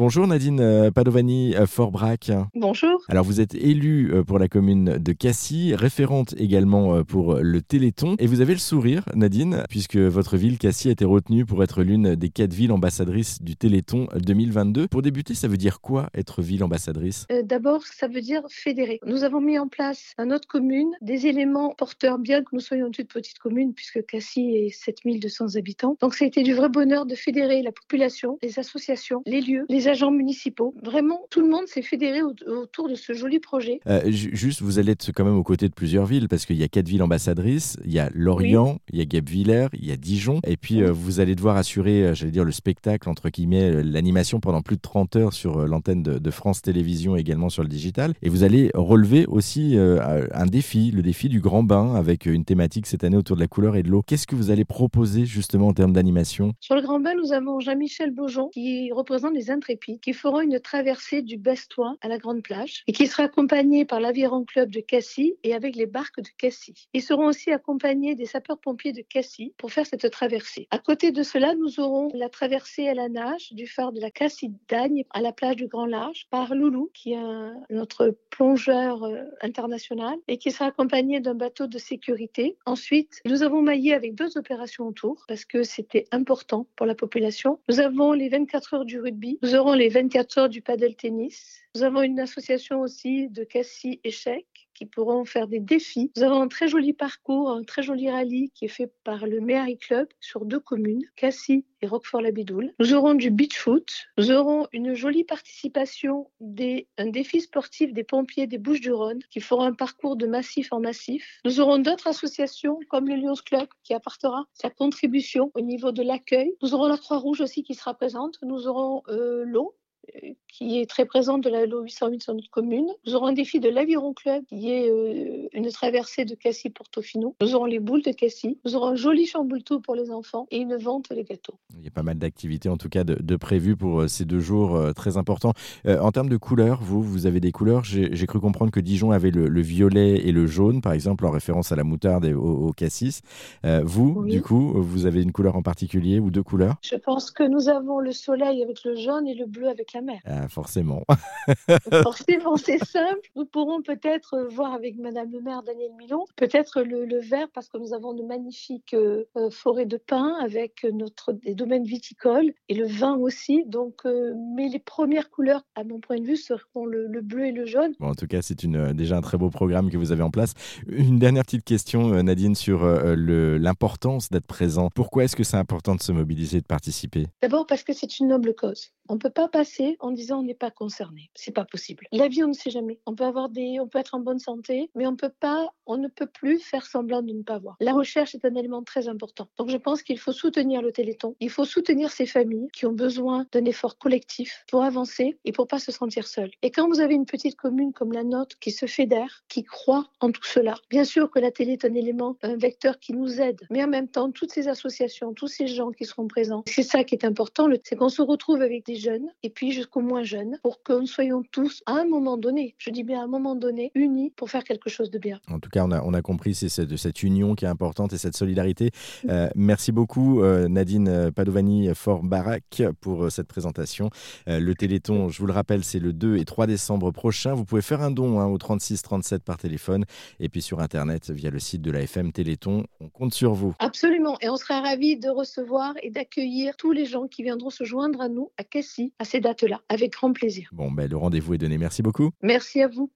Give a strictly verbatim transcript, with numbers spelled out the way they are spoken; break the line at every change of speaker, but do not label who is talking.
Bonjour Nadine euh, Padovani euh, Forbrac.
Bonjour.
Alors vous êtes élue euh, pour la commune de Cassis, référente également euh, pour le Téléthon. Et vous avez le sourire Nadine, puisque votre ville Cassis a été retenue pour être l'une des quatre villes ambassadrices du Téléthon deux mille vingt-deux. Pour débuter, ça veut dire quoi être ville ambassadrice ?
Euh, D'abord, ça veut dire fédérer. Nous avons mis en place dans notre commune des éléments porteurs, bien que nous soyons une toute petite commune, puisque Cassis est sept mille deux cents habitants. Donc ça a été du vrai bonheur de fédérer la population, les associations, les lieux, les agents municipaux. Vraiment, tout le monde s'est fédéré au- autour de ce joli projet.
Euh, ju- Juste, vous allez être quand même aux côtés de plusieurs villes, parce qu'il y a quatre villes ambassadrices. Il y a
Oui.
Lorient, il y a Guebwiller, il y a Dijon. Et puis, euh, vous allez devoir assurer, euh, j'allais dire, le spectacle, entre guillemets, euh, l'animation pendant plus de trente heures sur euh, l'antenne de, de France Télévisions, également sur le digital. Et vous allez relever aussi euh, un défi, le défi du grand bain, avec une thématique cette année autour de la couleur et de l'eau. Qu'est-ce que vous allez proposer justement en termes d'animation ?
Sur le Grand Bain, nous avons Jean-Michel Beaujon qui représente les Intrépides, qui feront une traversée du Bestoin à la Grande Plage et qui sera accompagné par l'Aviron Club de Cassis et avec les barques de Cassis. Ils seront aussi accompagnés des sapeurs-pompiers de Cassis pour faire cette traversée. À côté de cela, nous aurons la traversée à la nage du phare de la Cassis-Dagne à la plage du Grand Large par Loulou, qui est un- notre plongeur euh, international et qui sera accompagné d'un bateau de sécurité. Ensuite, nous avons maillé avec deux opérations autour parce que c'était important pour la population. Nous avons les vingt-quatre heures du rugby, nous aurons les vingt-quatre heures du paddle tennis. Nous avons une association aussi de Cassis échecs qui pourront faire des défis. Nous avons un très joli parcours, un très joli rallye qui est fait par le Méhari Club sur deux communes, Cassis et Roquefort-la-Bidoule. Nous aurons du beach foot. Nous aurons une jolie participation des un défi sportif des pompiers des Bouches-du-Rhône qui feront un parcours de massif en massif. Nous aurons d'autres associations comme le Lions Club qui apportera sa contribution au niveau de l'accueil. Nous aurons la Croix-Rouge aussi qui sera présente. Nous aurons euh, l'eau euh, qui est très présente de la L O huit cent huit sur notre commune. Nous aurons un défi de l'Aviron Club, qui est euh, une traversée de Cassis-Portofino. Nous aurons les boules de Cassis. Nous aurons un joli chamboule-tout pour les enfants et une vente des gâteaux.
Il y a pas mal d'activités, en tout cas, de, de prévues pour euh, ces deux jours euh, très importants. Euh, en termes de couleurs, vous, vous avez des couleurs. J'ai j'ai cru comprendre que Dijon avait le, le violet et le jaune, par exemple, en référence à la moutarde et au, au cassis. Euh, vous,
Oui.
du coup, vous avez une couleur en particulier ou deux couleurs ?
Je pense que nous avons le soleil avec le jaune et le bleu avec la mer.
Ah, forcément.
Forcément, c'est simple. Nous pourrons peut-être euh, voir avec Madame le maire Daniel Milon, peut-être le, le vert, parce que nous avons de magnifiques euh, euh, forêts de pins avec notre, des domaines viticoles et le vin aussi. Donc, euh, mais les premières couleurs, à mon point de vue, seront le, le bleu et le jaune.
Bon, en tout cas, c'est une, euh, déjà un très beau programme que vous avez en place. Une dernière petite question, euh, Nadine, sur euh, le- l'importance d'être présent. Pourquoi est-ce que c'est important de se mobiliser, de participer ?
D'abord parce que c'est une noble cause. On ne peut pas passer en disant on n'est pas concerné. C'est pas possible. La vie, on ne sait jamais. On peut avoir des, on peut être en bonne santé, mais on peut pas, on ne peut plus faire semblant de ne pas voir. La recherche est un élément très important. Donc je pense qu'il faut soutenir le Téléthon. Il faut soutenir ces familles qui ont besoin d'un effort collectif pour avancer et pour pas se sentir seules. Et quand vous avez une petite commune comme la nôtre qui se fédère, qui croit en tout cela, bien sûr que la télé est un élément, un vecteur qui nous aide, mais en même temps, toutes ces associations, tous ces gens qui seront présents, c'est ça qui est important, le- c'est qu'on se retrouve avec des jeunes et puis jusqu'aux moins jeunes pour que nous soyons tous à un moment donné, je dis bien à un moment donné, unis pour faire quelque chose de bien.
En tout cas, on a, on a compris, c'est cette, cette union qui est importante et cette solidarité. Euh, merci beaucoup, euh, Nadine euh, Padovani Forbrac, pour euh, cette présentation. Euh, le Téléthon, je vous le rappelle, c'est le deux et trois décembre prochain. Vous pouvez faire un don hein, au trente-six trente-sept par téléphone et puis sur Internet via le site de la F M Téléthon. On compte sur vous.
Absolument, et on sera ravis de recevoir et d'accueillir tous les gens qui viendront se joindre à nous à Cassis à ces dates-là, avec grand plaisir.
Bon, ben, le rendez-vous est donné. Merci beaucoup.
Merci à vous.